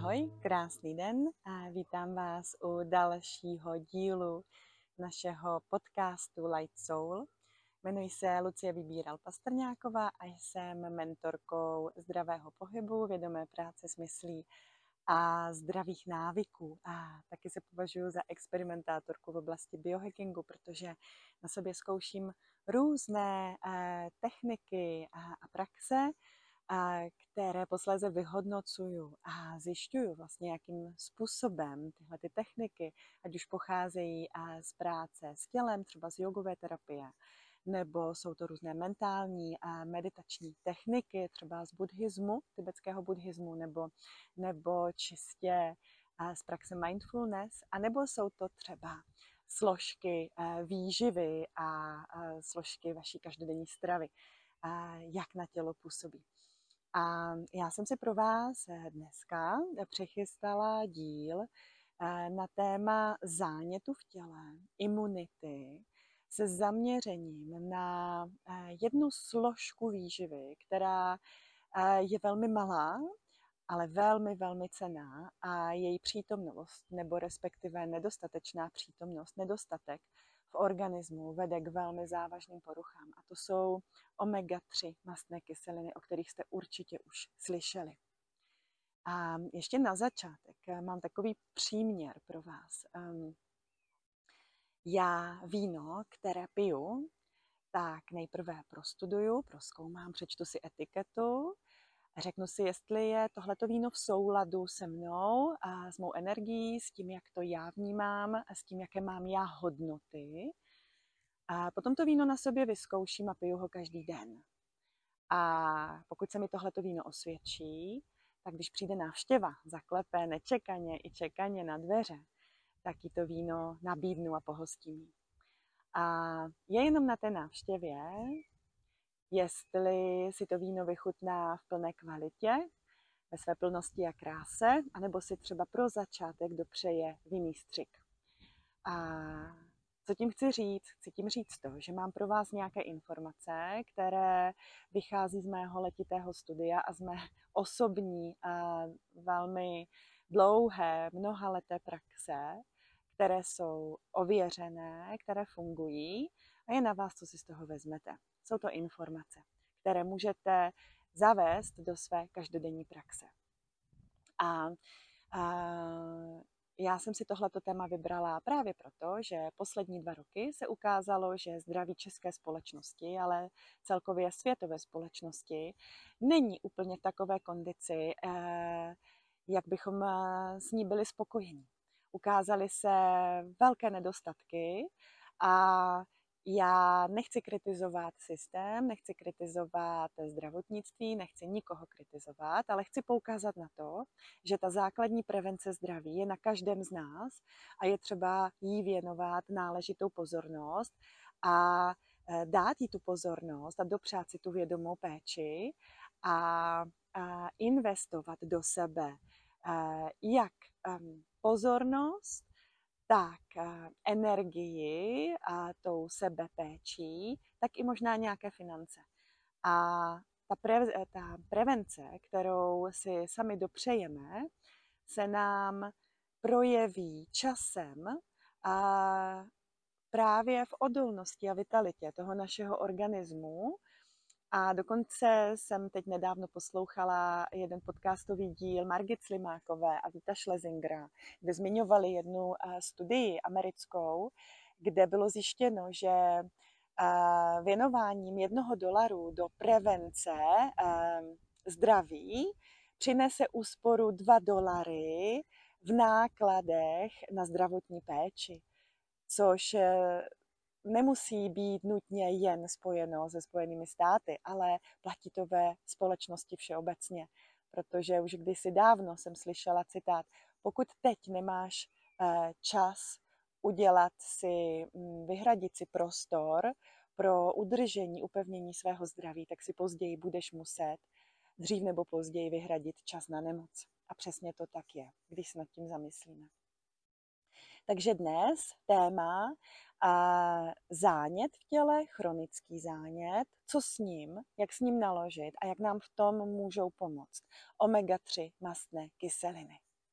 Ahoj, krásný den a vítám vás u dalšího dílu našeho podcastu Light Soul. Jmenuji se Lucie Vybíral-Pastrňáková a jsem mentorkou zdravého pohybu, vědomé práce s myslí a zdravých návyků. A taky se považuji za experimentátorku v oblasti biohackingu, protože na sobě zkouším různé techniky a praxe, které posléze vyhodnocuju a zjišťuju vlastně, jakým způsobem tyhle ty techniky, ať už pocházejí z práce s tělem, třeba z jogové terapie, nebo jsou to různé mentální a meditační techniky, třeba z buddhismu, tibetského buddhismu, nebo čistě z praxe mindfulness, anebo jsou to třeba složky výživy a složky vaší každodenní stravy, jak na tělo působí. A já jsem si pro vás dneska přichystala díl na téma zánětu v těle, imunity, se zaměřením na jednu složku výživy, která je velmi malá, ale velmi, velmi cenná a její přítomnost, nebo respektive nedostatečná přítomnost, nedostatek v organismu vede k velmi závažným poruchám. A to jsou omega-3 mastné kyseliny, o kterých jste určitě už slyšeli. A ještě na začátek mám takový příměr pro vás. Já víno, které piju, tak nejprve prostuduju, prozkoumám, přečtu si etiketu, řeknu si, jestli je tohleto víno v souladu se mnou a s mou energií, s tím, jak to já vnímám a s tím, jaké mám já hodnoty. A potom to víno na sobě vyzkouším a piju ho každý den. A pokud se mi tohleto víno osvědčí, tak když přijde návštěva, zaklepe nečekaně i čekaně na dveře, tak jí to víno nabídnu a pohostím jí. A je jenom na té návštěvě, jestli si to víno vychutná v plné kvalitě, ve své plnosti a kráse, anebo si třeba pro začátek dopřeje vinný střik. A co tím chci říct? Chci tím říct to, že mám pro vás nějaké informace, které vychází z mého letitého studia a z mé osobní a velmi dlouhé, mnohaleté praxe, které jsou ověřené, které fungují a je na vás, co si z toho vezmete. Jsou to informace, které můžete zavést do své každodenní praxe. A já jsem si tohleto téma vybrala právě proto, že poslední 2 roky se ukázalo, že zdraví české společnosti, ale celkově světové společnosti, není úplně v takové kondici, jak bychom s ní byli spokojeni. Ukázaly se velké nedostatky a já nechci kritizovat systém, nechci kritizovat zdravotnictví, nechci nikoho kritizovat, ale chci poukázat na to, že ta základní prevence zdraví je na každém z nás a je třeba jí věnovat náležitou pozornost a dát jí tu pozornost a dopřát si tu vědomou péči a investovat do sebe jak pozornost, tak energii a tou sebepéčí, tak i možná nějaké finance. A ta prevence, kterou si sami dopřejeme, se nám projeví časem a právě v odolnosti a vitalitě toho našeho organismu. A dokonce jsem teď nedávno poslouchala jeden podcastový díl Margit Slimákové a Víta Schlesingera, kde zmiňovali jednu studii americkou, kde bylo zjištěno, že věnováním $1 do prevence zdraví přinese úsporu $2 v nákladech na zdravotní péči, což nemusí být nutně jen spojeno se Spojenými státy, ale platí to ve společnosti všeobecně, protože už kdysi dávno jsem slyšela citát: pokud teď nemáš čas vyhradit si prostor pro udržení, upevnění svého zdraví, tak si později budeš muset dřív nebo později vyhradit čas na nemoc. A přesně to tak je, když se nad tím zamyslíme. Takže dnes téma zánět v těle, chronický zánět, co s ním, jak s ním naložit a jak nám v tom můžou pomoct omega-3 mastné kyseliny.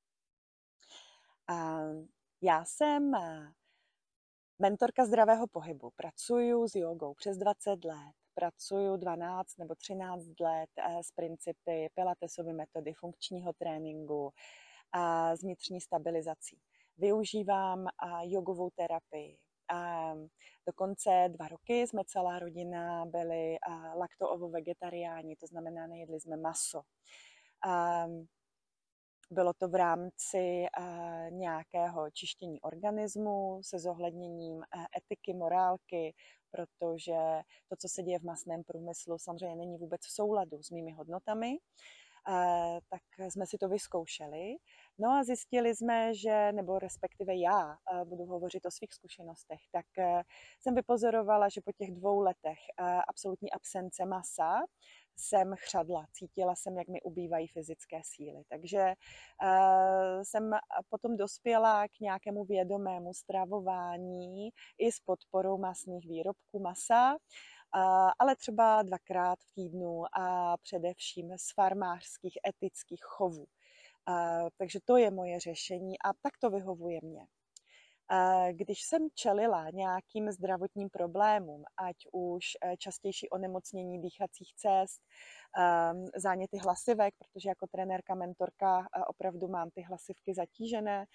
Já jsem mentorka zdravého pohybu. Pracuju s jogou přes 20 let. Pracuju 12 nebo 13 let s principy pilatesovy metody, funkčního tréninku a s vnitřní stabilizací. Využívám jogovou terapii. Dokonce 2 roky jsme celá rodina byli lakto-ovo-vegetariáni, to znamená, nejedli jsme maso. Bylo to v rámci nějakého čištění organismu se zohledněním etiky, morálky, protože to, co se děje v masném průmyslu, samozřejmě není vůbec v souladu s mými hodnotami. Tak jsme si to vyzkoušeli. No a zjistili jsme, že, nebo respektive já budu hovořit o svých zkušenostech, tak jsem vypozorovala, že po těch 2 letech absolutní absence masa jsem chřadla, cítila jsem, jak mi ubývají fyzické síly. Takže jsem potom dospěla k nějakému vědomému stravování i s podporou masných výrobků masa, ale třeba 2krát v týdnu a především z farmářských etických chovů. Takže to je moje řešení a tak to vyhovuje mě. Když jsem čelila nějakým zdravotním problémům, ať už častější onemocnění dýchacích cest, záněty hlasivek, protože jako trenérka, mentorka opravdu mám ty hlasivky zatížené,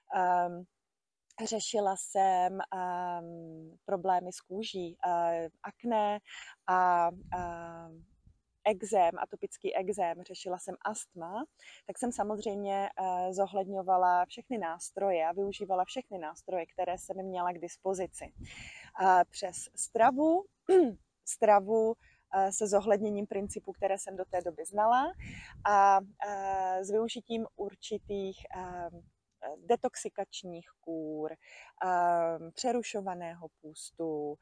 řešila jsem problémy s kůží, akné a ekzém, atopický ekzém, řešila jsem astma, tak jsem samozřejmě zohledňovala všechny nástroje a využívala všechny nástroje, které jsem měla k dispozici. Přes stravu se zohledněním principů, které jsem do té doby znala a s využitím určitých detoxikačních kůr, přerušovaného půstu,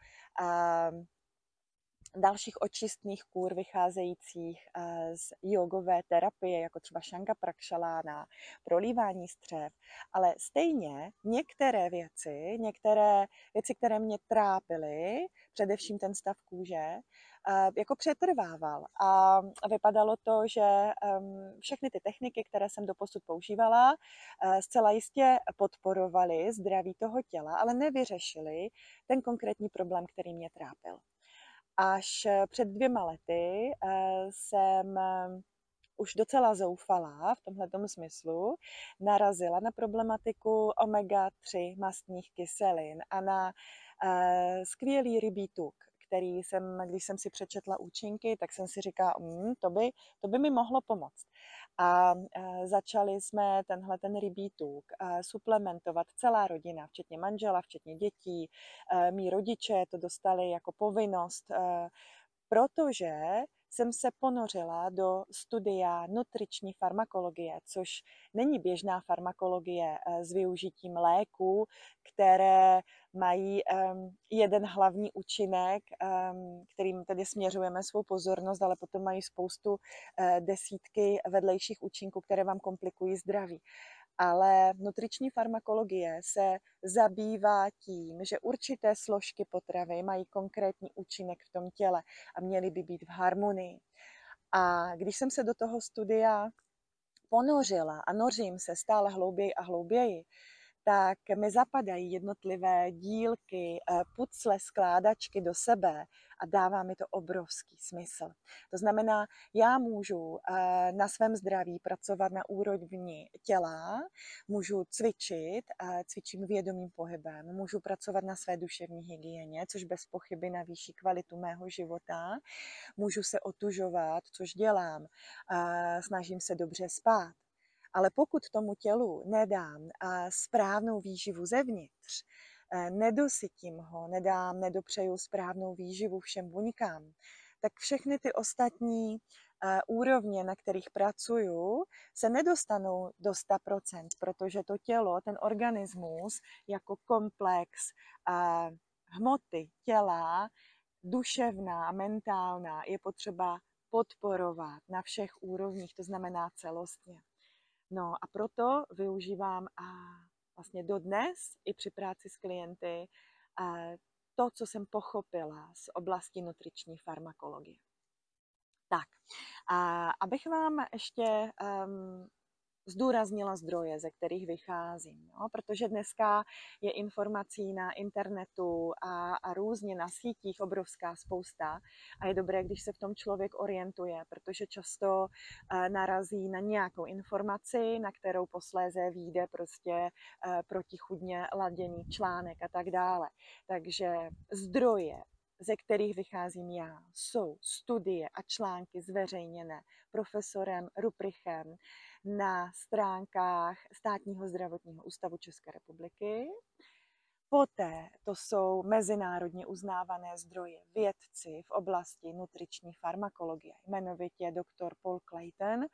dalších očistných kůr vycházejících z jogové terapie, jako třeba Shanga Prakshalana, prolívání střev, ale stejně některé věci, které mě trápily, především ten stav kůže, jako přetrvával. A vypadalo to, že všechny ty techniky, které jsem doposud používala, zcela jistě podporovaly zdraví toho těla, ale nevyřešily ten konkrétní problém, který mě trápil. Až před 2 lety jsem už docela zoufalá v tomhletom smyslu narazila na problematiku omega-3 mastných kyselin a na skvělý rybí tuk, který když jsem si přečetla účinky, tak jsem si říkala, to by mi mohlo pomoct. A začali jsme ten rybí tuk suplementovat celá rodina, včetně manžela, včetně dětí. Mí rodiče to dostali jako povinnost, protože jsem se ponořila do studia nutriční farmakologie, což není běžná farmakologie s využitím léků, které mají jeden hlavní účinek, kterým tedy směřujeme svou pozornost, ale potom mají spoustu desítky vedlejších účinků, které vám komplikují zdraví. Ale nutriční farmakologie se zabývá tím, že určité složky potravy mají konkrétní účinek v tom těle a měly by být v harmonii. A když jsem se do toho studia ponořila a nořím se stále hlouběji a hlouběji, tak mi zapadají jednotlivé dílky, pucle, skládačky do sebe a dává mi to obrovský smysl. To znamená, já můžu na svém zdraví pracovat na úrovni těla, můžu cvičit, cvičím vědomým pohybem, můžu pracovat na své duševní hygieně, což bez pochyby navýší kvalitu mého života, můžu se otužovat, což dělám, snažím se dobře spát. Ale pokud tomu tělu nedám správnou výživu zevnitř, nedosytím ho, nedopřeju správnou výživu všem buňkám, tak všechny ty ostatní úrovně, na kterých pracuju, se nedostanou do 100%, protože to tělo, ten organismus jako komplex hmoty těla, duševná, mentálna, je potřeba podporovat na všech úrovních, to znamená celostně. No a proto využívám vlastně dodnes i při práci s klienty to, co jsem pochopila z oblasti nutriční farmakologie. Tak, abych vám ještě zdůraznila zdroje, ze kterých vycházím, jo? Protože dneska je informací na internetu a různě na sítích obrovská spousta a je dobré, když se v tom člověk orientuje, protože často narazí na nějakou informaci, na kterou posléze vyjde prostě protichůdně laděný článek a tak dále. Takže zdroje, ze kterých vycházím já, jsou studie a články zveřejněné profesorem Ruprichem na stránkách Státního zdravotního ústavu České republiky. Poté to jsou mezinárodně uznávané zdroje vědci v oblasti nutriční farmakologie, jmenovitě doktor Paul Clayton,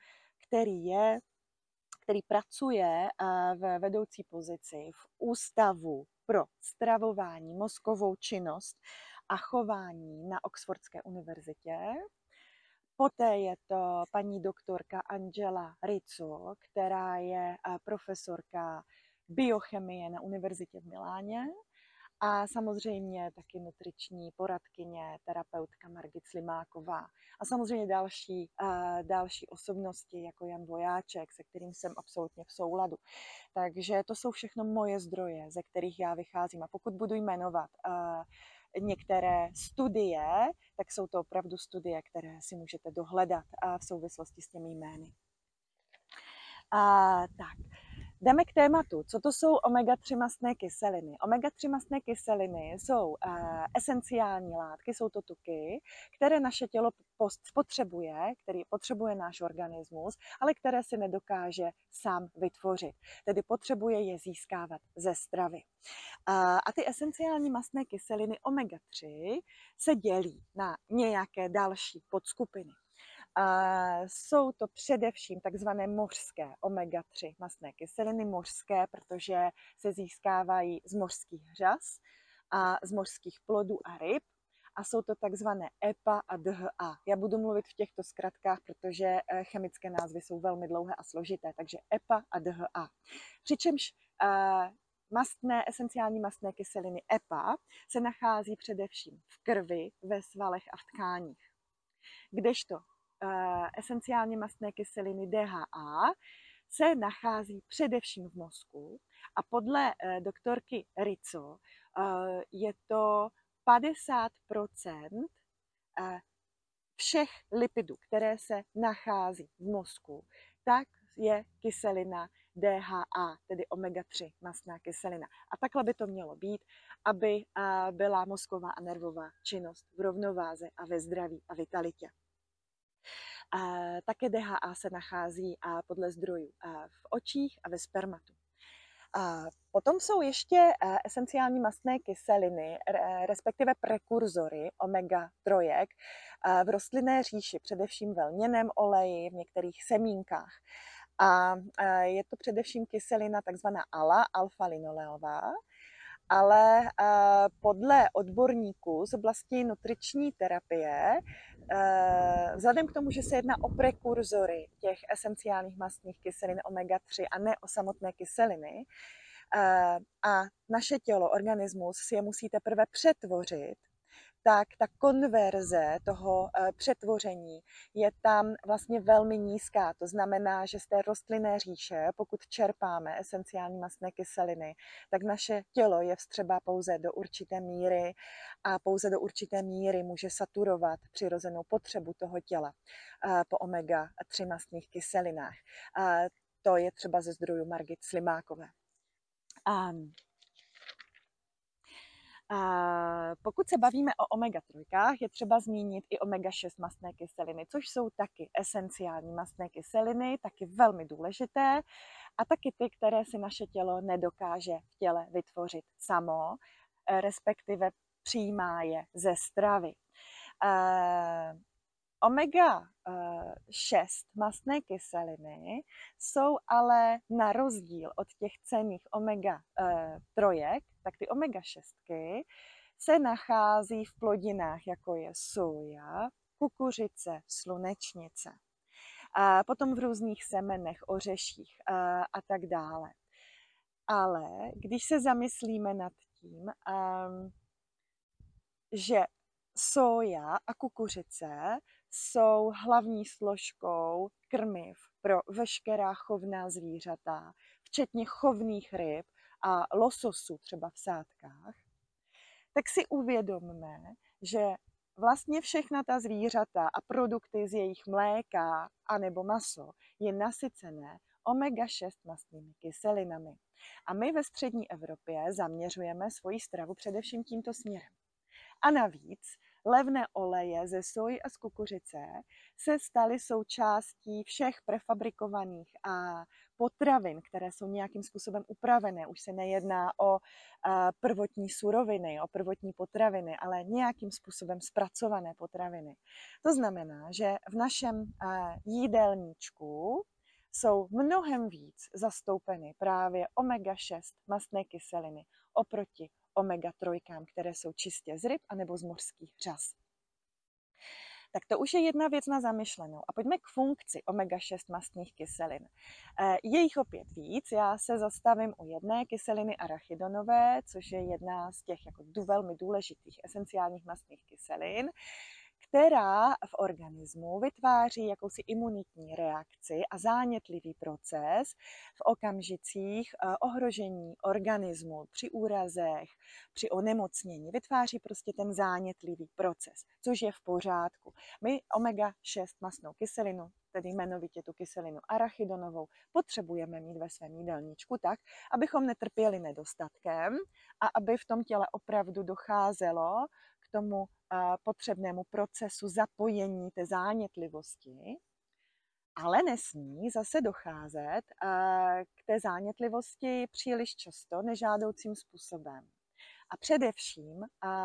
který pracuje v vedoucí pozici v Ústavu pro stravování, mozkovou činnost a chování na Oxfordské univerzitě. Poté je to paní doktorka Angela Rizzo, která je profesorka biochemie na univerzitě v Miláně a samozřejmě taky nutriční poradkyně, terapeutka Margit Slimáková a samozřejmě další osobnosti jako Jan Vojáček, se kterým jsem absolutně v souladu. Takže to jsou všechno moje zdroje, ze kterých já vycházím. A pokud budu jmenovat některé studie, tak jsou to opravdu studie, které si můžete dohledat v souvislosti s těmi jmény. Tak, jdeme k tématu. Co to jsou omega-3 mastné kyseliny? Omega-3 mastné kyseliny jsou esenciální látky, jsou to tuky, které naše tělo potřebuje, který potřebuje náš organismus, ale které si nedokáže sám vytvořit. Tedy potřebuje je získávat ze stravy. A ty esenciální mastné kyseliny omega-3 se dělí na nějaké další podskupiny. Jsou to především takzvané mořské omega-3 mastné kyseliny, mořské, protože se získávají z mořských řas a z mořských plodů a ryb. A jsou to takzvané EPA a DHA. Já budu mluvit v těchto zkratkách, protože chemické názvy jsou velmi dlouhé a složité, takže EPA a DHA. Přičemž esenciální mastné kyseliny EPA se nachází především v krvi, ve svalech a v tkáních. Kdežto esenciální mastné kyseliny DHA se nachází především v mozku a podle doktorky Rizzo je to 50% všech lipidů, které se nachází v mozku, tak je kyselina DHA, tedy omega-3 mastná kyselina. A takhle by to mělo být, aby byla mozková a nervová činnost v rovnováze a ve zdraví a vitalitě. Také DHA se nachází podle zdrojů v očích a ve spermatu. Potom jsou ještě esenciální mastné kyseliny, respektive prekurzory omega-3 v rostlinné říši, především ve lněném oleji, v některých semínkách. A je to především kyselina takzvaná ALA, alfa-linoleová, ale podle odborníků z oblasti nutriční terapie, vzhledem k tomu, že se jedná o prekurzory těch esenciálních mastných kyselin omega-3 a ne o samotné kyseliny, a naše tělo, organismus si je musí teprve přetvořit, tak ta konverze toho přetvoření je tam vlastně velmi nízká. To znamená, že z té rostlinné říše, pokud čerpáme esenciální mastné kyseliny, tak naše tělo je vstřebá pouze do určité míry a pouze do určité míry může saturovat přirozenou potřebu toho těla po omega-3 mastných kyselinách. To je třeba ze zdrojů Margit Slimákové. Pokud se bavíme o omega-3, je třeba zmínit i omega-6 mastné kyseliny, což jsou taky esenciální mastné kyseliny, taky velmi důležité a taky ty, které si naše tělo nedokáže v těle vytvořit samo, respektive přijímá je ze stravy. Omega-6 mastné kyseliny jsou ale na rozdíl od těch cenných omega-3, tak ty omega-6 se nachází v plodinách, jako je soja, kukuřice, slunečnice, a potom v různých semenech, ořeších a tak dále. Ale když se zamyslíme nad tím, že soja a kukuřice jsou hlavní složkou krmiv pro veškerá chovná zvířata, včetně chovných ryb a lososů třeba v sádkách, tak si uvědomme, že vlastně všechna ta zvířata a produkty z jejich mléka anebo maso je nasycené omega-6 mastnými kyselinami. A my ve střední Evropě zaměřujeme svoji stravu především tímto směrem. A navíc levné oleje ze soji a z kukuřice se staly součástí všech prefabrikovaných a potravin, které jsou nějakým způsobem upravené. Už se nejedná o prvotní suroviny, o prvotní potraviny, ale nějakým způsobem zpracované potraviny. To znamená, že v našem jídelníčku jsou mnohem víc zastoupeny právě omega-6 mastné kyseliny oproti omega-3, které jsou čistě z ryb anebo z mořských řas. Tak to už je jedna věc na zamyšlenou. A pojďme k funkci omega-6 mastných kyselin. Je jich opět víc, já se zastavím u jedné kyseliny arachidonové, což je jedna z těch jako velmi důležitých esenciálních mastných kyselin, která v organismu vytváří jakousi imunitní reakci a zánětlivý proces v okamžicích ohrožení organismu, při úrazech, při onemocnění. Vytváří prostě ten zánětlivý proces, což je v pořádku. My omega-6 mastnou kyselinu, tedy jmenovitě tu kyselinu arachidonovou, potřebujeme mít ve svém jídelníčku tak, abychom netrpěli nedostatkem a aby v tom těle opravdu docházelo k tomu potřebnému procesu zapojení té zánětlivosti, ale nesmí zase docházet k té zánětlivosti příliš často nežádoucím způsobem. A především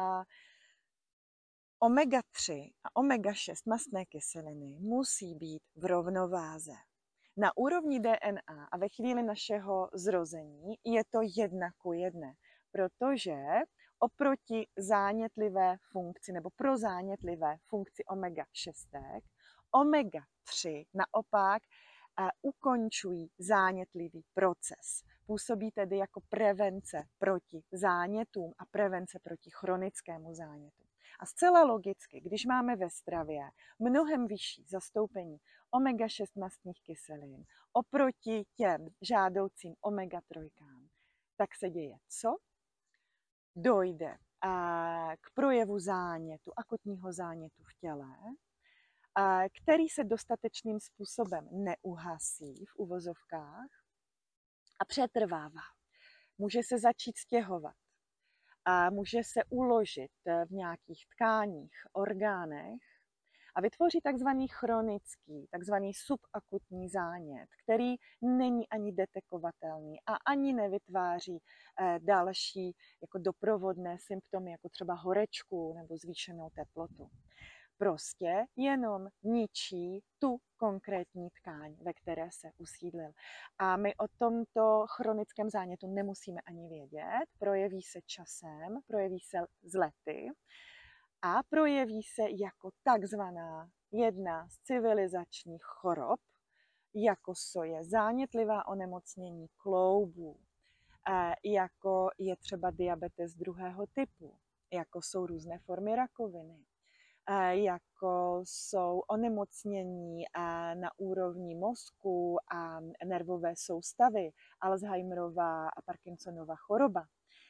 omega-3 a omega-6 mastné kyseliny musí být v rovnováze. Na úrovni DNA a ve chvíli našeho zrození je to 1:1, protože oproti zánětlivé funkci nebo pro zánětlivé funkci omega-6, omega-3 naopak ukončují zánětlivý proces. Působí tedy jako prevence proti zánětům a prevence proti chronickému zánětu. A zcela logicky, když máme ve stravě mnohem vyšší zastoupení omega-6 mastných kyselin oproti těm žádoucím omega-3, tak se děje co? Dojde k projevu zánětu, akutního zánětu v těle, který se dostatečným způsobem neuhasí v uvozovkách a přetrvává. Může se začít stěhovat a může se uložit v nějakých tkáních, orgánech a vytvoří takzvaný chronický, takzvaný subakutní zánět, který není ani detekovatelný a ani nevytváří další jako doprovodné symptomy, jako třeba horečku nebo zvýšenou teplotu. Prostě jenom ničí tu konkrétní tkáň, ve které se usídlil. A my o tomto chronickém zánětu nemusíme ani vědět, projeví se časem, projeví se z lety a projeví se jako takzvaná jedna z civilizačních chorob, jako je zánětlivá onemocnění kloubů, jako je třeba diabetes 2. typu, jako jsou různé formy rakoviny, jako jsou onemocnění na úrovni mozku a nervové soustavy, Alzheimerova a Parkinsonova choroba.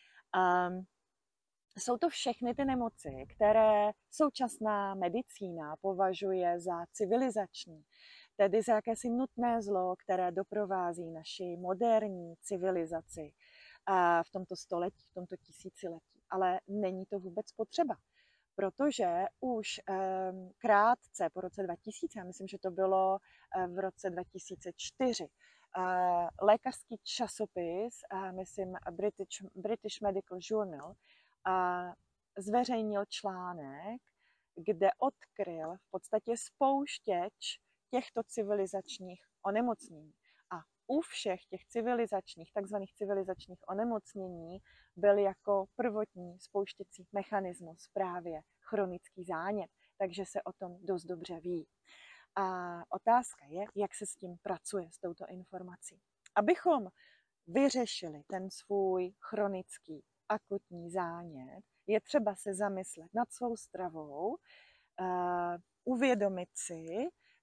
Jsou to všechny ty nemoci, které současná medicína považuje za civilizační, tedy za jakési nutné zlo, které doprovází naši moderní civilizaci v tomto století, v tomto tisíciletí. Ale není to vůbec potřeba, protože už krátce po roce 2000, já myslím, že to bylo v roce 2004, lékařský časopis, myslím British Medical Journal, zveřejnil článek, kde odkryl v podstatě spouštěč těchto civilizačních onemocnění. A u všech těch takzvaných civilizačních onemocnění byl jako prvotní spouštěcí mechanismus právě chronický zánět, takže se o tom dost dobře ví. A otázka je, jak se s tím pracuje, s touto informací. Abychom vyřešili ten svůj chronický akutní zánět, je třeba se zamyslet nad svou stravou, uvědomit si,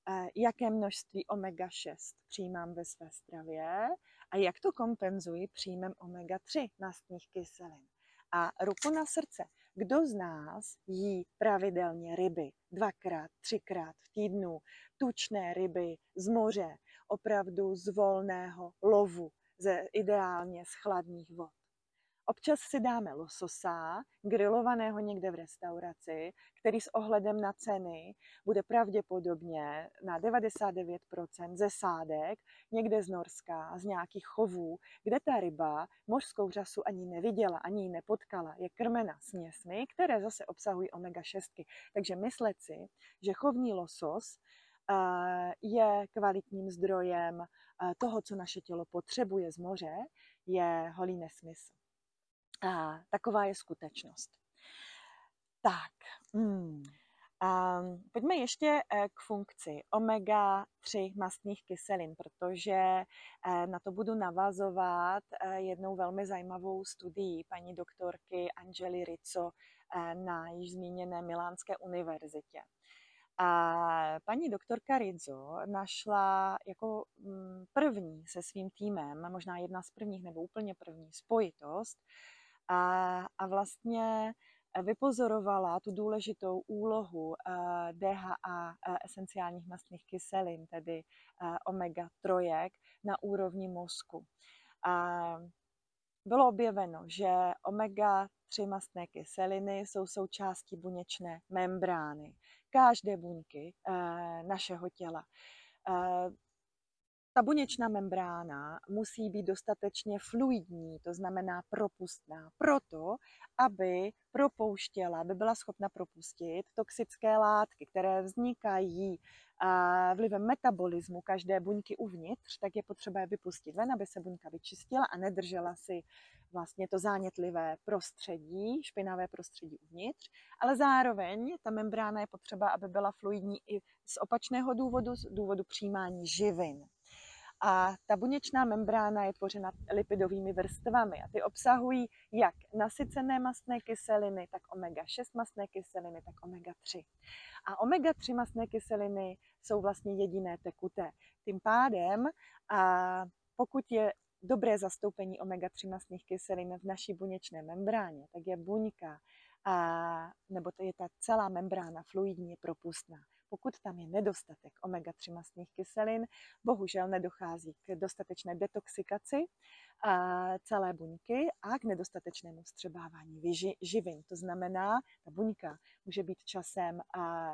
jaké množství omega-6 přijímám ve své stravě a jak to kompenzuji příjmem omega-3 mastných kyselin. A ruku na srdce, kdo z nás jí pravidelně ryby 2x, 3x v týdnu, tučné ryby z moře, opravdu z volného lovu, ideálně z chladných vod. Občas si dáme lososa, grilovaného někde v restauraci, který s ohledem na ceny bude pravděpodobně na 99% ze sádek, někde z Norska, z nějakých chovů, kde ta ryba mořskou řasu ani neviděla, ani ji nepotkala, je krmena směsmi, které zase obsahují omega-6. Takže myslet si, že chovní losos je kvalitním zdrojem toho, co naše tělo potřebuje z moře, je holý nesmysl. A taková je skutečnost. Tak, pojďme ještě k funkci omega-3 mastných kyselin, protože na to budu navazovat jednou velmi zajímavou studií paní doktorky Angely Rizzo na již zmíněné Milánské univerzitě. A paní doktorka Rizzo našla jako první se svým týmem, možná jedna z prvních nebo úplně první spojitost, a vlastně vypozorovala tu důležitou úlohu DHA esenciálních mastných kyselin, tedy omega-3 na úrovni mozku. Bylo objeveno, že omega-3 mastné kyseliny jsou součástí buněčné membrány každé buňky našeho těla. Ta buněčná membrána musí být dostatečně fluidní, to znamená propustná, proto, aby propouštěla, aby byla schopna propustit toxické látky, které vznikají vlivem metabolismu každé buňky uvnitř, tak je potřeba je vypustit ven, aby se buňka vyčistila a nedržela si vlastně to zánětlivé prostředí, špinavé prostředí uvnitř, ale zároveň ta membrána je potřeba, aby byla fluidní i z opačného důvodu, z důvodu přijímání živin. A ta buněčná membrána je tvořena lipidovými vrstvami a ty obsahují jak nasycené mastné kyseliny, tak omega-6 mastné kyseliny, tak omega-3. A omega-3 mastné kyseliny jsou vlastně jediné tekuté. Tím pádem, pokud je dobré zastoupení omega-3 mastných kyselin v naší buněčné membráně, tak je buňka, nebo to je ta celá membrána fluidně propustná. Pokud tam je nedostatek omega-3 mastných kyselin, bohužel nedochází k dostatečné detoxikaci celé buňky a k nedostatečnému vstřebávání živin. To znamená, ta buňka může být časem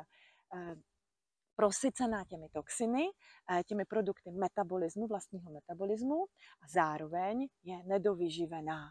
prosycená těmi toxiny, těmi produkty metabolismu, vlastního metabolismu a zároveň je nedovyživená.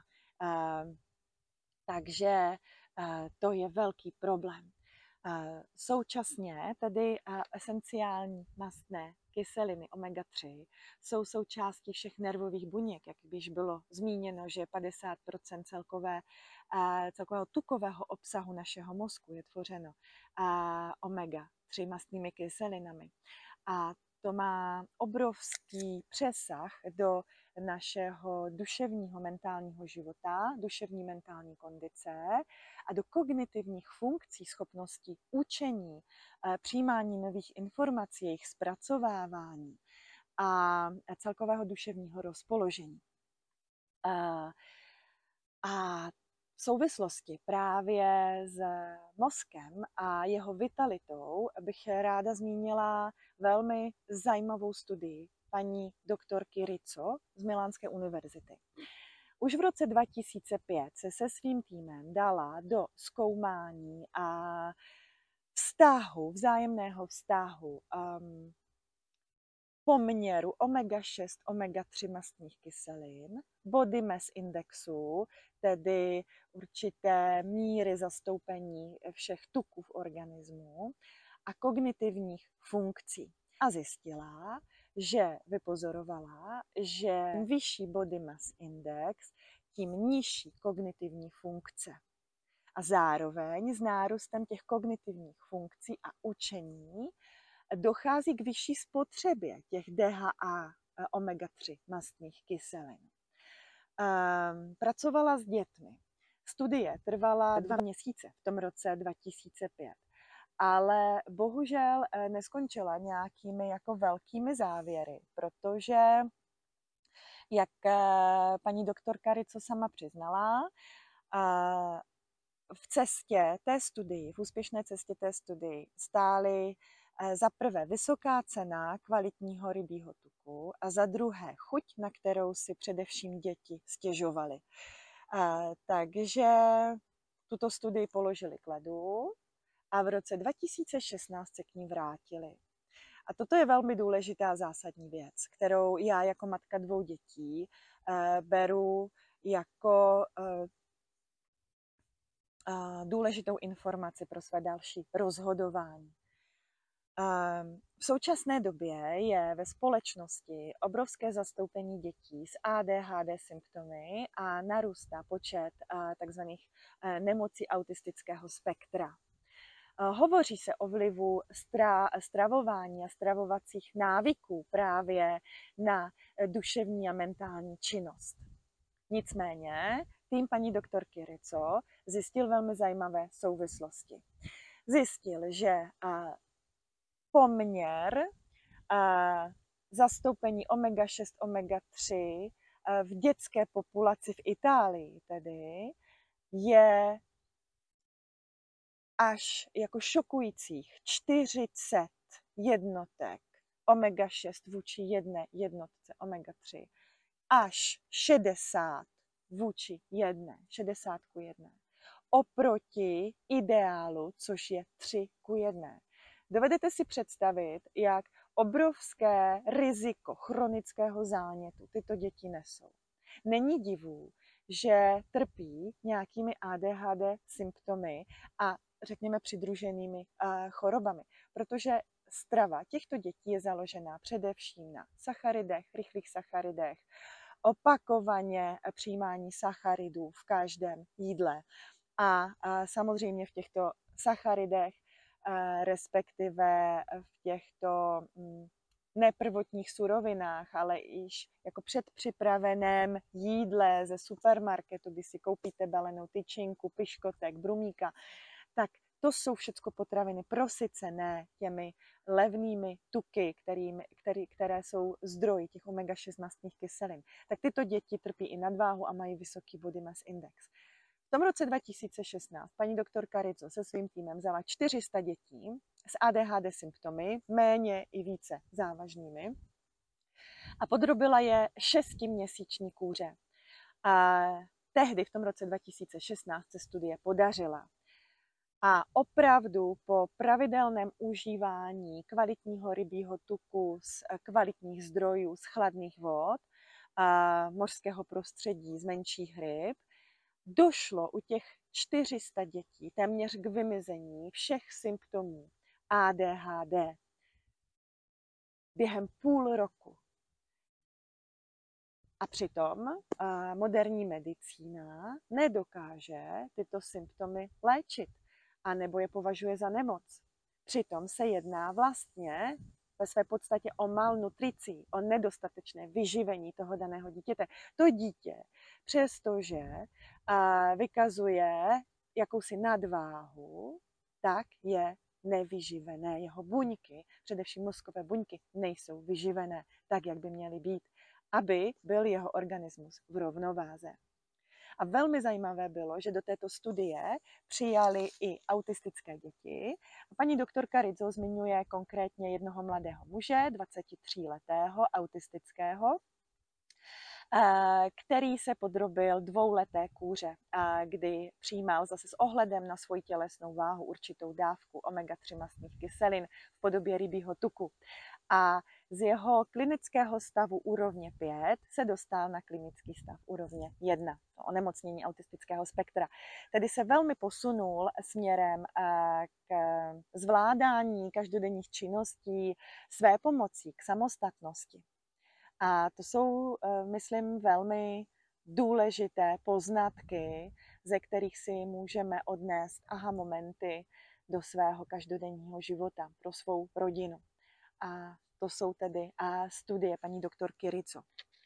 Takže to je velký problém. Současně tedy esenciální mastné kyseliny omega-3 jsou součástí všech nervových buněk, jak již bylo zmíněno, že 50% celkového tukového obsahu našeho mozku je tvořeno omega-3 mastnými kyselinami. A to má obrovský přesah do našeho duševního mentálního života, duševní mentální kondice a do kognitivních funkcí, schopností učení, přijímání nových informací, jejich zpracovávání a celkového duševního rozpoložení. A v souvislosti právě s mozkem a jeho vitalitou bych ráda zmínila velmi zajímavou studii paní doktorky Rizzo z Milánské univerzity. Už v roce 2005 se svým týmem dala do zkoumání a vzájemného vztahu poměru omega-6, omega-3 mastných kyselin, body mass indexu, tedy určité míry zastoupení všech tuků v organismu a kognitivních funkcí. A zjistila, vypozorovala, že vyšší body mass index, tím nižší kognitivní funkce. A zároveň s nárůstem těch kognitivních funkcí a učení dochází k vyšší spotřebě těch DHA omega-3 mastných kyselin. Pracovala s dětmi. Studie trvala 2 měsíce v tom roce 2005. ale bohužel neskončila nějakými jako velkými závěry, protože jak paní doktorka Rizzo sama přiznala, v cestě té studii, v úspěšné cestě té studii stály za prvé vysoká cena kvalitního rybího tuku a za druhé chuť, na kterou si především děti stěžovaly. Takže tuto studii položili k ledu a v roce 2016 se k ní vrátili. A toto je velmi důležitá zásadní věc, kterou já jako matka 2 dětí beru jako důležitou informaci pro své další rozhodování. V současné době je ve společnosti obrovské zastoupení dětí s ADHD symptomy a narůstá počet takzvaných nemocí autistického spektra. Hovoří se o vlivu stravování a stravovacích návyků právě na duševní a mentální činnost. Nicméně tým paní doktorky Rizzo zjistil velmi zajímavé souvislosti. Zjistil, že poměr zastoupení omega-6, omega-3 v dětské populaci v Itálii tedy je až jako šokujících 40 jednotek omega-6 vůči 1 jednotce omega-3 až 60 vůči 1 oproti ideálu, což je 3:1. Dovedete si představit, jak obrovské riziko chronického zánětu tyto děti nesou. Není divu, že trpí nějakými ADHD symptomy a řekněme přidruženými chorobami, protože strava těchto dětí je založená především na sacharidech, rychlých sacharidech, opakovaně přijímání sacharidů v každém jídle. A samozřejmě v těchto sacharidech, respektive v těchto neprvotních surovinách, ale již jako předpřipraveném jídle ze supermarketu, kdy si koupíte balenou tyčinku, piškotek, brumíka, tak to jsou všechno potraviny prosycené těmi levnými tuky, které jsou zdroji těch omega-6 mastných kyselin. Tak tyto děti trpí i nadváhu a mají vysoký body mass index. V tom roce 2016 paní doktorka Rizzo se svým týmem vzala 400 dětí s ADHD symptomy, méně i více závažnými, a podrobila je 6měsíční kúře. A tehdy v tom roce 2016 se studie podařila. A opravdu po pravidelném užívání kvalitního rybího tuku z kvalitních zdrojů, z chladných vod, mořského prostředí, z menších ryb, došlo u těch 400 dětí téměř k vymizení všech symptomů ADHD během půl roku. A přitom moderní medicína nedokáže tyto symptomy léčit, anebo je považuje za nemoc. Přitom se jedná vlastně ve své podstatě o malnutrici, o nedostatečné vyživení toho daného dítěte. To dítě, přestože vykazuje jakousi nadváhu, tak je nevyživené. Jeho buňky, především mozkové buňky, nejsou vyživené tak, jak by měly být, aby byl jeho organismus v rovnováze. A velmi zajímavé bylo, že do této studie přijali i autistické děti. A paní doktorka Rizzo zmiňuje konkrétně jednoho mladého muže, 23letého, autistického, který se podrobil 2leté kúře, kdy přijímal zase s ohledem na svoji tělesnou váhu určitou dávku omega-3 mastných kyselin v podobě rybího tuku. A z jeho klinického stavu úrovně 5 se dostal na klinický stav úrovně 1, to onemocnění autistického spektra. Tedy se velmi posunul směrem k zvládání každodenních činností své pomocí, k samostatnosti. A to jsou, myslím, velmi důležité poznatky, ze kterých si můžeme odnést aha momenty do svého každodenního života pro svou rodinu. A to jsou tedy studie paní doktorky Rizzo.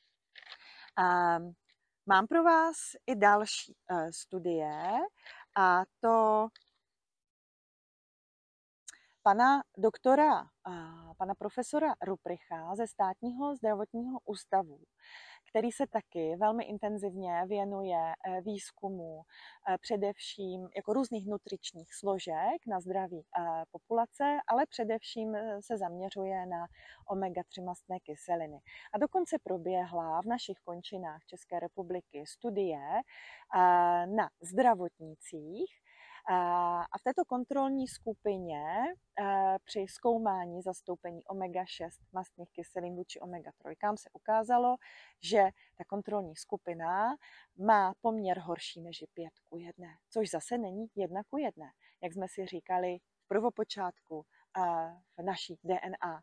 Mám pro vás i další studie, a to pana doktora, pana profesora Ruppricha ze Státního zdravotního ústavu, který se taky velmi intenzivně věnuje výzkumu především jako různých nutričních složek na zdraví populace, ale především se zaměřuje na omega-3 mastné kyseliny. A dokonce proběhla v našich končinách České republiky studie na zdravotnících, a v této kontrolní skupině při zkoumání zastoupení omega-6 mastných kyselin vůči omega-3 se ukázalo, že ta kontrolní skupina má poměr horší než 5:1, což zase není 1:1, jak jsme si říkali v prvopočátku v naší DNA.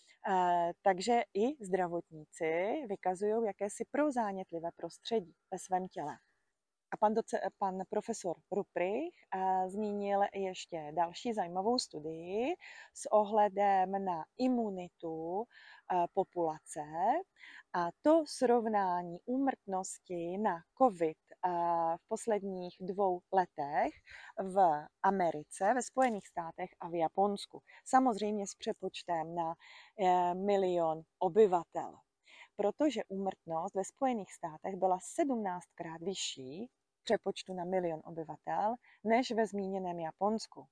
Takže i zdravotníci vykazují jakési prozánětlivé prostředí ve svém těle. A pan profesor Rupprich zmínil ještě další zajímavou studii s ohledem na imunitu populace, a to srovnání úmrtnosti na COVID v posledních 2 letech v Americe, ve Spojených státech a v Japonsku. Samozřejmě s přepočtem na 1 milion obyvatel. Protože úmrtnost ve Spojených státech byla 17krát vyšší přepočtu na 1 milion obyvatel, než ve zmíněném Japonsku.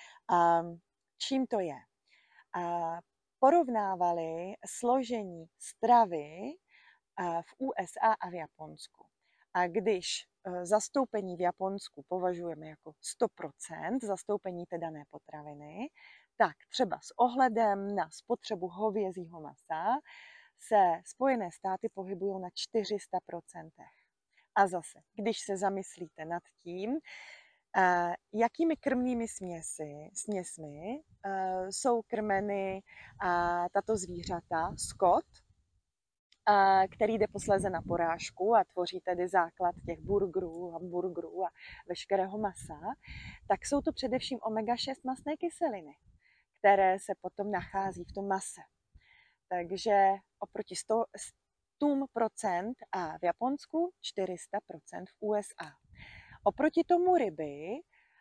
Čím to je? Porovnávali složení stravy v USA a v Japonsku. A když zastoupení v Japonsku považujeme jako 100% zastoupení té dané potraviny, tak třeba s ohledem na spotřebu hovězího masa se Spojené státy pohybují na 400%. A zase, když se zamyslíte nad tím, jakými krmnými směsmi jsou krmeny tato zvířata, skot, který jde posléze na porážku a tvoří tedy základ těch burgerů, hamburgerů a veškerého masa, tak jsou to především omega-6 mastné kyseliny, které se potom nachází v tom mase. Takže oproti 100% a v Japonsku 400% v USA. Oproti tomu ryby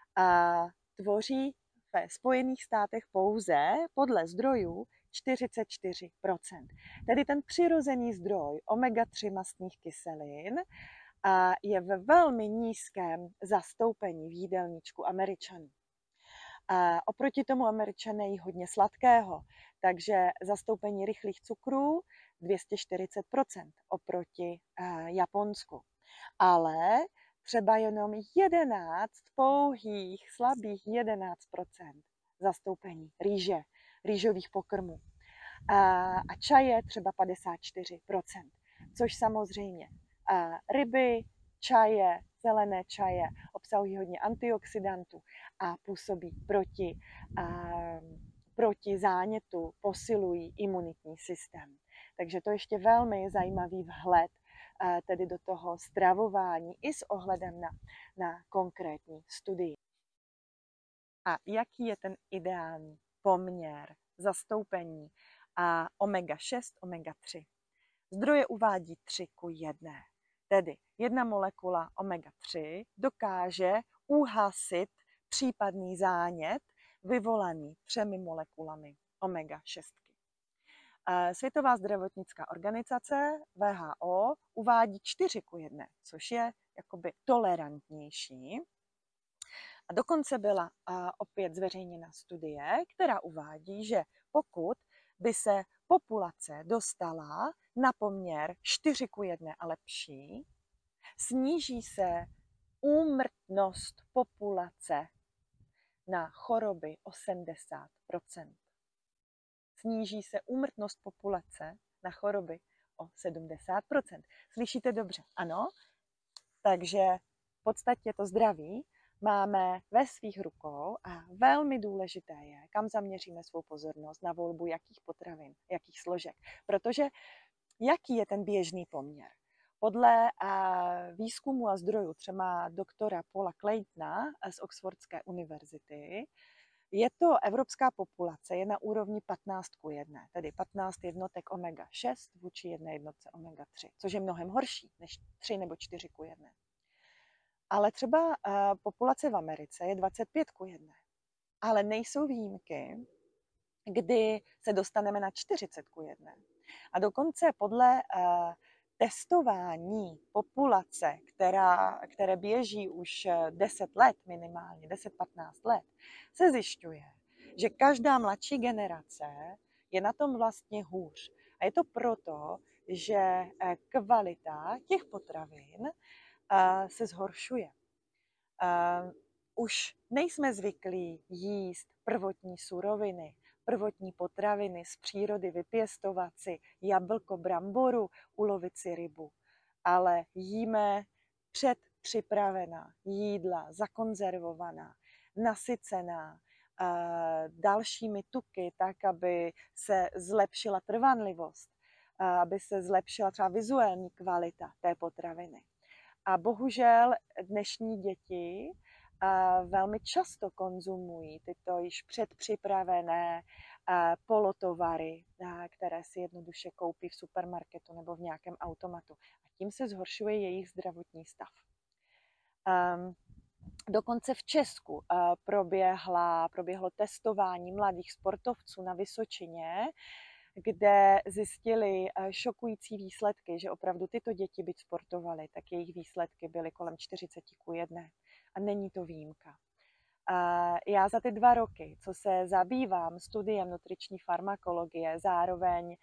tvoří ve Spojených státech pouze podle zdrojů 44%. Tedy ten přirozený zdroj omega-3 mastných kyselin je ve velmi nízkém zastoupení v jídelníčku Američanů. Oproti tomu Američané jí hodně sladkého, takže zastoupení rychlých cukrů 240% oproti Japonsku. Ale třeba jenom 11, pouhých, slabých 11% zastoupení rýže, rýžových pokrmů. A čaje třeba 54%, což samozřejmě ryby, čaje, zelené čaje obsahují hodně antioxidantů a působí proti zánětu, posilují imunitní systém. Takže to ještě velmi zajímavý vhled tedy do toho stravování i s ohledem na konkrétní studii. A jaký je ten ideální poměr zastoupení omega-6, omega-3? Zdroje uvádí 3:1. Tedy 1 molekula omega-3 dokáže uhasit případný zánět vyvolaný 3 molekulami omega-6. Světová zdravotnická organizace WHO uvádí 4:1, což je jakoby tolerantnější. A dokonce byla opět zveřejněna studie, která uvádí, že pokud by se populace dostala na poměr 4:1 a lepší, sníží se úmrtnost populace na choroby o 70%. Sníží se úmrtnost populace na choroby o 70%. Slyšíte dobře? Ano? Takže v podstatě to zdraví máme ve svých rukou a velmi důležité je, kam zaměříme svou pozornost na volbu jakých potravin, jakých složek. Protože jaký je ten běžný poměr? Podle výzkumu a zdrojů třeba doktora Paula Claytona z Oxfordské univerzity je to evropská populace je na úrovni 15:1, tedy 15 jednotek omega-6 vůči 1 jednotce omega-3, což je mnohem horší než 3 nebo 4:1. Ale třeba populace v Americe je 25:1. Ale nejsou výjimky kdy se dostaneme na 40:1. A dokonce podle testování populace, které běží už 10 let minimálně, 10-15 let, se zjišťuje, že každá mladší generace je na tom vlastně hůř. A je to proto, že kvalita těch potravin se zhoršuje. Už nejsme zvyklí jíst prvotní suroviny, prvotní potraviny z přírody, vypěstovat si jablko, bramboru, ulovit si rybu, ale jíme předpřipravená jídla, zakonzervovaná, nasycená dalšími tuky, tak, aby se zlepšila trvanlivost, aby se zlepšila třeba vizuální kvalita té potraviny. A bohužel dnešní děti velmi často konzumují tyto již předpřipravené polotovary, které si jednoduše koupí v supermarketu nebo v nějakém automatu. A tím se zhoršuje jejich zdravotní stav. Dokonce v Česku proběhlo testování mladých sportovců na Vysočině, kde zjistili šokující výsledky, že opravdu tyto děti, byť sportovaly, tak jejich výsledky byly kolem 40:1. A není to výjimka. Já za ty 2 roky, co se zabývám studiem nutriční farmakologie, zároveň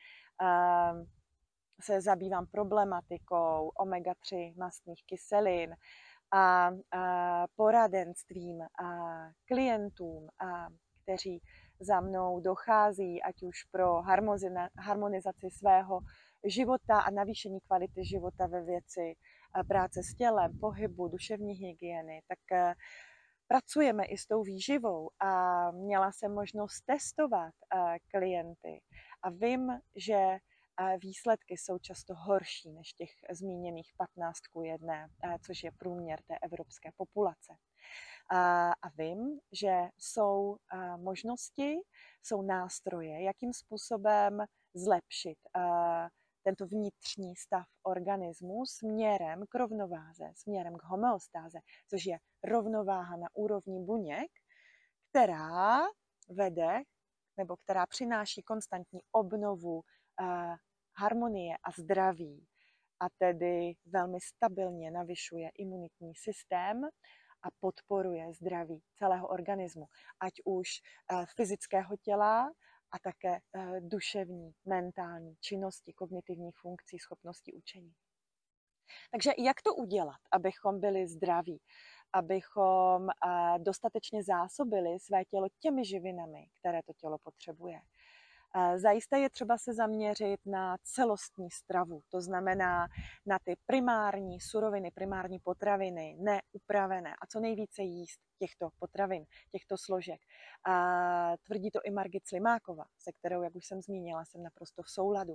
se zabývám problematikou omega-3 mastných kyselin a poradenstvím klientům, kteří za mnou dochází, ať už pro harmonizaci svého života a navýšení kvality života ve věci práce s tělem, pohybu, duševní hygieny, tak pracujeme i s tou výživou a měla jsem možnost testovat klienty a vím, že výsledky jsou často horší než těch zmíněných 15:1, což je průměr té evropské populace. A vím, že jsou možnosti, jsou nástroje, jakým způsobem zlepšit tento vnitřní stav organismu směrem k rovnováze, směrem k homeostáze, což je rovnováha na úrovni buněk, která vede nebo která přináší konstantní obnovu harmonie a zdraví a tedy velmi stabilně navyšuje imunitní systém a podporuje zdraví celého organismu, ať už fyzického těla a také duševní, mentální činnosti, kognitivních funkcí, schopnosti učení. Takže jak to udělat, abychom byli zdraví, abychom dostatečně zásobili své tělo těmi živinami, které to tělo potřebuje? Zajisté je třeba se zaměřit na celostní stravu, to znamená na ty primární suroviny, primární potraviny, neupravené a co nejvíce jíst těchto potravin, těchto složek. Tvrdí to i Margit Slimáková, se kterou, jak už jsem zmínila, jsem naprosto v souladu.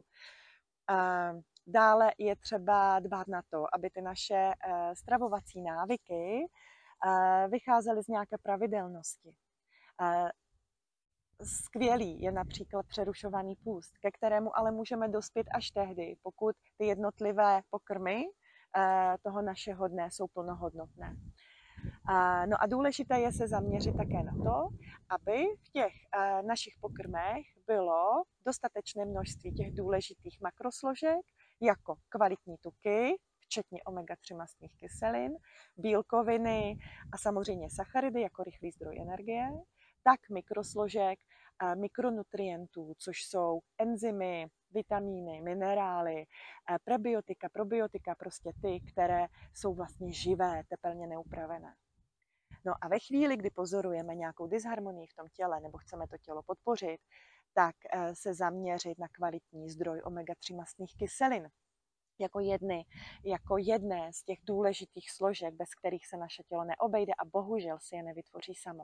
Dále je třeba dbát na to, aby ty naše stravovací návyky vycházely z nějaké pravidelnosti. Skvělý je například přerušovaný půst, ke kterému ale můžeme dospět až tehdy, pokud ty jednotlivé pokrmy toho našeho dne jsou plnohodnotné. No a důležité je se zaměřit také na to, aby v těch našich pokrmech bylo dostatečné množství těch důležitých makrosložek, jako kvalitní tuky, včetně omega-3 mastných kyselin, bílkoviny a samozřejmě sacharidy jako rychlý zdroj energie, tak mikrosložek, mikronutrientů, což jsou enzymy, vitamíny, minerály, prebiotika, probiotika, prostě ty, které jsou vlastně živé, tepelně neupravené. No a ve chvíli, kdy pozorujeme nějakou disharmonii v tom těle nebo chceme to tělo podpořit, tak se zaměřit na kvalitní zdroj omega-3 mastných kyselin jako jedné z těch důležitých složek, bez kterých se naše tělo neobejde a bohužel si je nevytvoří samo.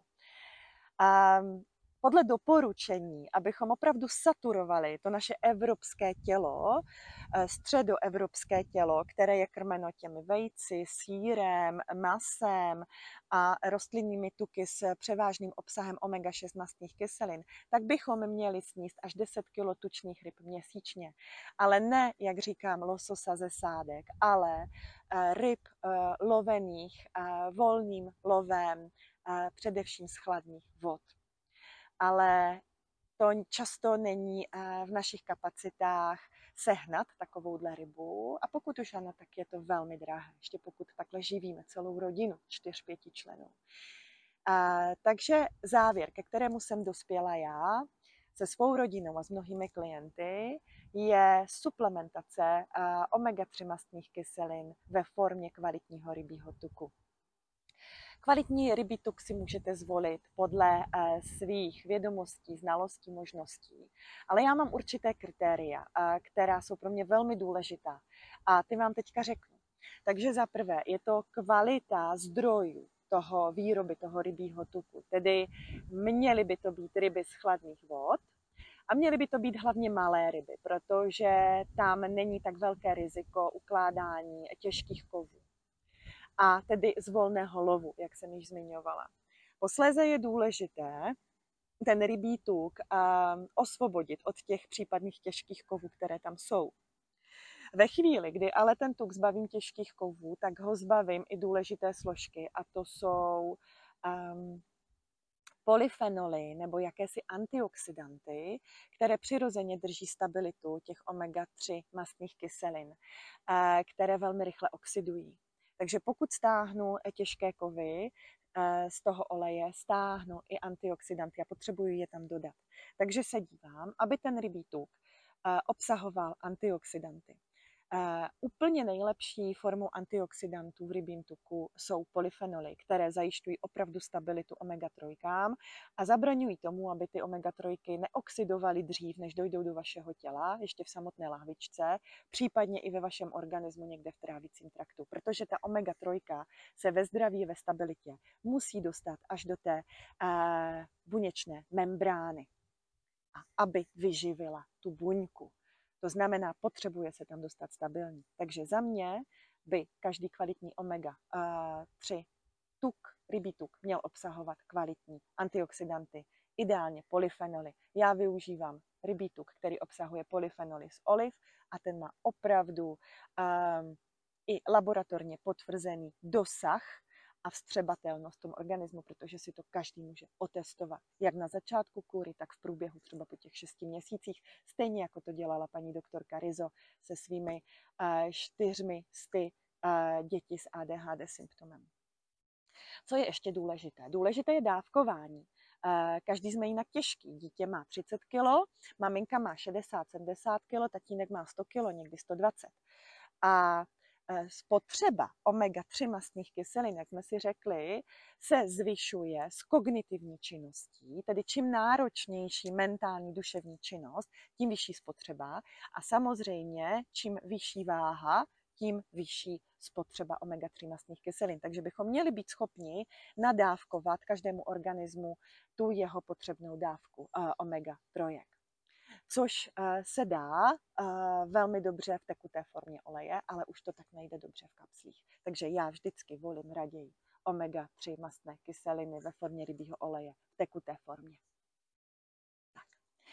Podle doporučení, abychom opravdu saturovali to naše evropské tělo, středoevropské tělo, které je krmeno těmi vejci, sýrem, masem a rostlinnými tuky s převážným obsahem omega-6 mastných kyselin, tak bychom měli sníst až 10 kg tučných ryb měsíčně. Ale ne, jak říkám, lososa ze sádek, ale ryb lovených volným lovem, především z chladných vod. Ale to často není v našich kapacitách sehnat takovouhle rybu a pokud už ano, tak je to velmi drahé, ještě pokud takhle živíme celou rodinu 4-5 členů. Takže závěr, ke kterému jsem dospěla já se svou rodinou a s mnohými klienty, je suplementace omega-3 mastných kyselin ve formě kvalitního rybího tuku. Kvalitní rybí tuk si můžete zvolit podle svých vědomostí, znalostí, možností. Ale já mám určité kritéria, která jsou pro mě velmi důležitá. A ty vám teďka řeknu. Takže za prvé je to kvalita zdrojů toho výroby, toho rybího tuku. Tedy měly by to být ryby z chladných vod a měly by to být hlavně malé ryby, protože tam není tak velké riziko ukládání těžkých kovů. A tedy z volného lovu, jak jsem již zmiňovala. Posléze je důležité ten rybí tuk osvobodit od těch případných těžkých kovů, které tam jsou. Ve chvíli, kdy ale ten tuk zbavím těžkých kovů, tak ho zbavím i důležité složky a to jsou polyfenoly nebo jakési antioxidanty, které přirozeně drží stabilitu těch omega-3 mastných kyselin, které velmi rychle oxidují. Takže pokud stáhnu těžké kovy z toho oleje, stáhnu i antioxidanty a potřebuji je tam dodat. Takže se dívám, aby ten rybí tuk obsahoval antioxidanty. Úplně nejlepší formou antioxidantů v rybím tuku jsou polyfenoly, které zajišťují opravdu stabilitu omega-3 a zabraňují tomu, aby ty omega-3 neoxidovaly dřív, než dojdou do vašeho těla, ještě v samotné lahvičce, případně i ve vašem organismu někde v trávicím traktu, protože ta omega-3 se ve zdraví, ve stabilitě musí dostat až do té buněčné membrány, aby vyživila tu buňku. To znamená, potřebuje se tam dostat stabilní. Takže za mě by každý kvalitní omega-3 tuk, rybí tuk, měl obsahovat kvalitní antioxidanty, ideálně polyfenoly. Já využívám rybí tuk, který obsahuje polyfenoly z oliv a ten má opravdu i laboratorně potvrzený dosah a vstřebatelnost v tom organismu, protože si to každý může otestovat. Jak na začátku kůry, tak v průběhu třeba po těch 6 měsících, stejně jako to dělala paní doktorka Rizzo se svými 400 děti s ADHD symptomem. Co je ještě důležité? Důležité je dávkování. Každý jsme jinak těžký. Dítě má 30 kg, maminka má 60-70 kg, tatínek má 100 kg, někdy 120. A spotřeba omega-3 mastných kyselin, jak jsme si řekli, se zvyšuje s kognitivní činností, tedy čím náročnější mentální duševní činnost, tím vyšší spotřeba a samozřejmě čím vyšší váha, tím vyšší spotřeba omega-3 mastných kyselin. Takže bychom měli být schopni nadávkovat každému organismu tu jeho potřebnou dávku omega-3. Což se dá velmi dobře v tekuté formě oleje, ale už to tak nejde dobře v kapslích. Takže já vždycky volím raději omega-3 mastné kyseliny ve formě rybího oleje v tekuté formě. Tak.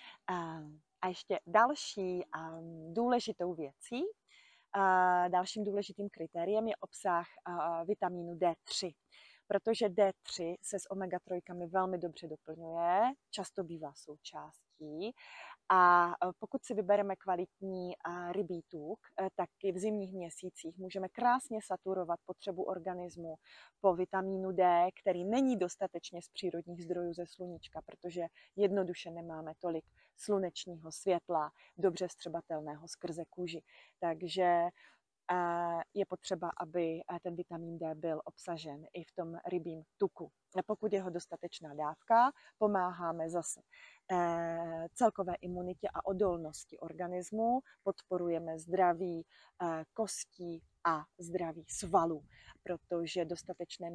A ještě další důležitou věcí, dalším důležitým kritériem je obsah vitamínu D3. Protože D3 se s omega-3 velmi dobře doplňuje, často bývá součástí. A pokud si vybereme kvalitní rybí tuk, tak i v zimních měsících můžeme krásně saturovat potřebu organismu po vitamínu D, který není dostatečně z přírodních zdrojů ze sluníčka, protože jednoduše nemáme tolik slunečního světla, dobře vstřebatelného skrze kůži. Takže je potřeba, aby ten vitamin D byl obsažen i v tom rybím tuku. Pokud je ho dostatečná dávka, pomáháme zase celkové imunitě a odolnosti organismu, podporujeme zdraví kostí a zdraví svalů, protože dostatečné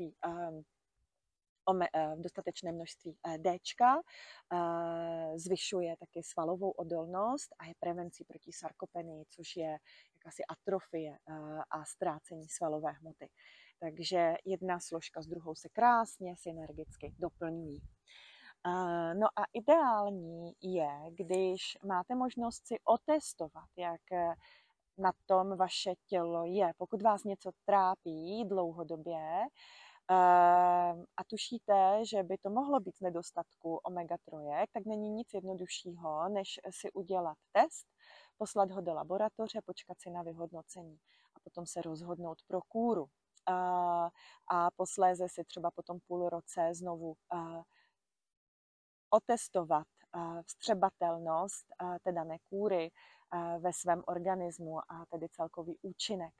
množství Dčka zvyšuje taky svalovou odolnost a je prevencí proti sarkopenii, což je jakási atrofie a ztrácení svalové hmoty. Takže jedna složka s druhou se krásně synergicky doplňují. No a ideální je, když máte možnost si otestovat, jak na tom vaše tělo je. Pokud vás něco trápí dlouhodobě, A tušíte, že by to mohlo být z nedostatku omega-3, tak není nic jednoduššího, než si udělat test, poslat ho do laboratoře, počkat si na vyhodnocení a potom se rozhodnout pro kúru. A posléze si třeba po tom půl roce znovu otestovat vstřebatelnost té dané kúry ve svém organismu a tedy celkový účinek.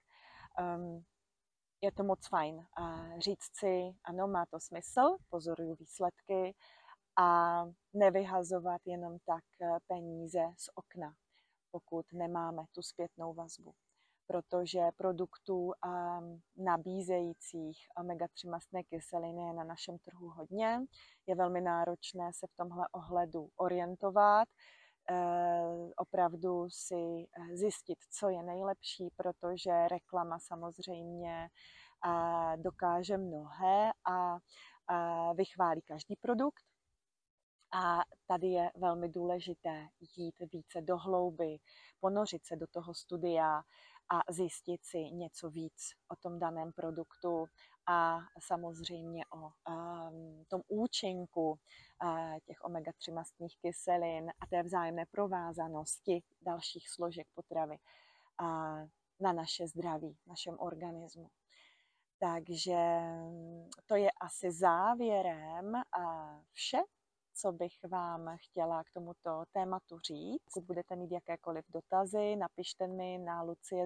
Je to moc fajn říct si, ano, má to smysl, pozoruju výsledky a nevyhazovat jenom tak peníze z okna, pokud nemáme tu zpětnou vazbu. Protože produktů nabízejících omega-3 mastné kyseliny je na našem trhu hodně. Je velmi náročné se v tomhle ohledu orientovat, opravdu si zjistit, co je nejlepší, protože reklama samozřejmě dokáže mnohé a vychválí každý produkt. A tady je velmi důležité jít více do hlouby, ponořit se do toho studia a zjistit si něco víc o tom daném produktu a samozřejmě o tom účinku těch omega-3 mastných kyselin a té vzájemné provázanosti dalších složek potravy na naše zdraví, našem organismu. Takže to je asi závěrem vše, co bych vám chtěla k tomuto tématu říct. Pokud budete mít jakékoliv dotazy, napište mi na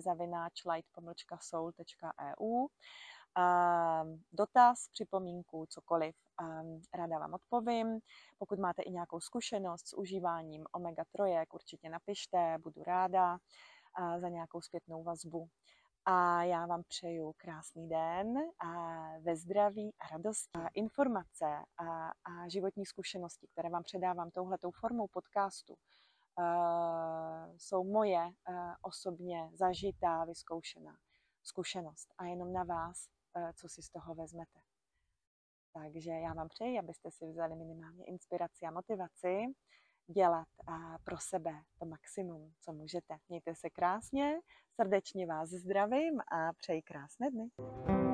lucie@light-soul.eu. Dotaz, připomínku, cokoliv, ráda vám odpovím. Pokud máte i nějakou zkušenost s užíváním omega-3, určitě napište, budu ráda za nějakou zpětnou vazbu. A já vám přeju krásný den ve zdraví a radosti. Informace a životní zkušenosti, které vám předávám touhletou formou podcastu, jsou moje osobně zažitá, vyzkoušená zkušenost a jenom na vás, co si z toho vezmete. Takže já vám přeji, abyste si vzali minimálně inspiraci a motivaci dělat pro sebe to maximum, co můžete. Mějte se krásně, srdečně vás zdravím a přeji krásné dny.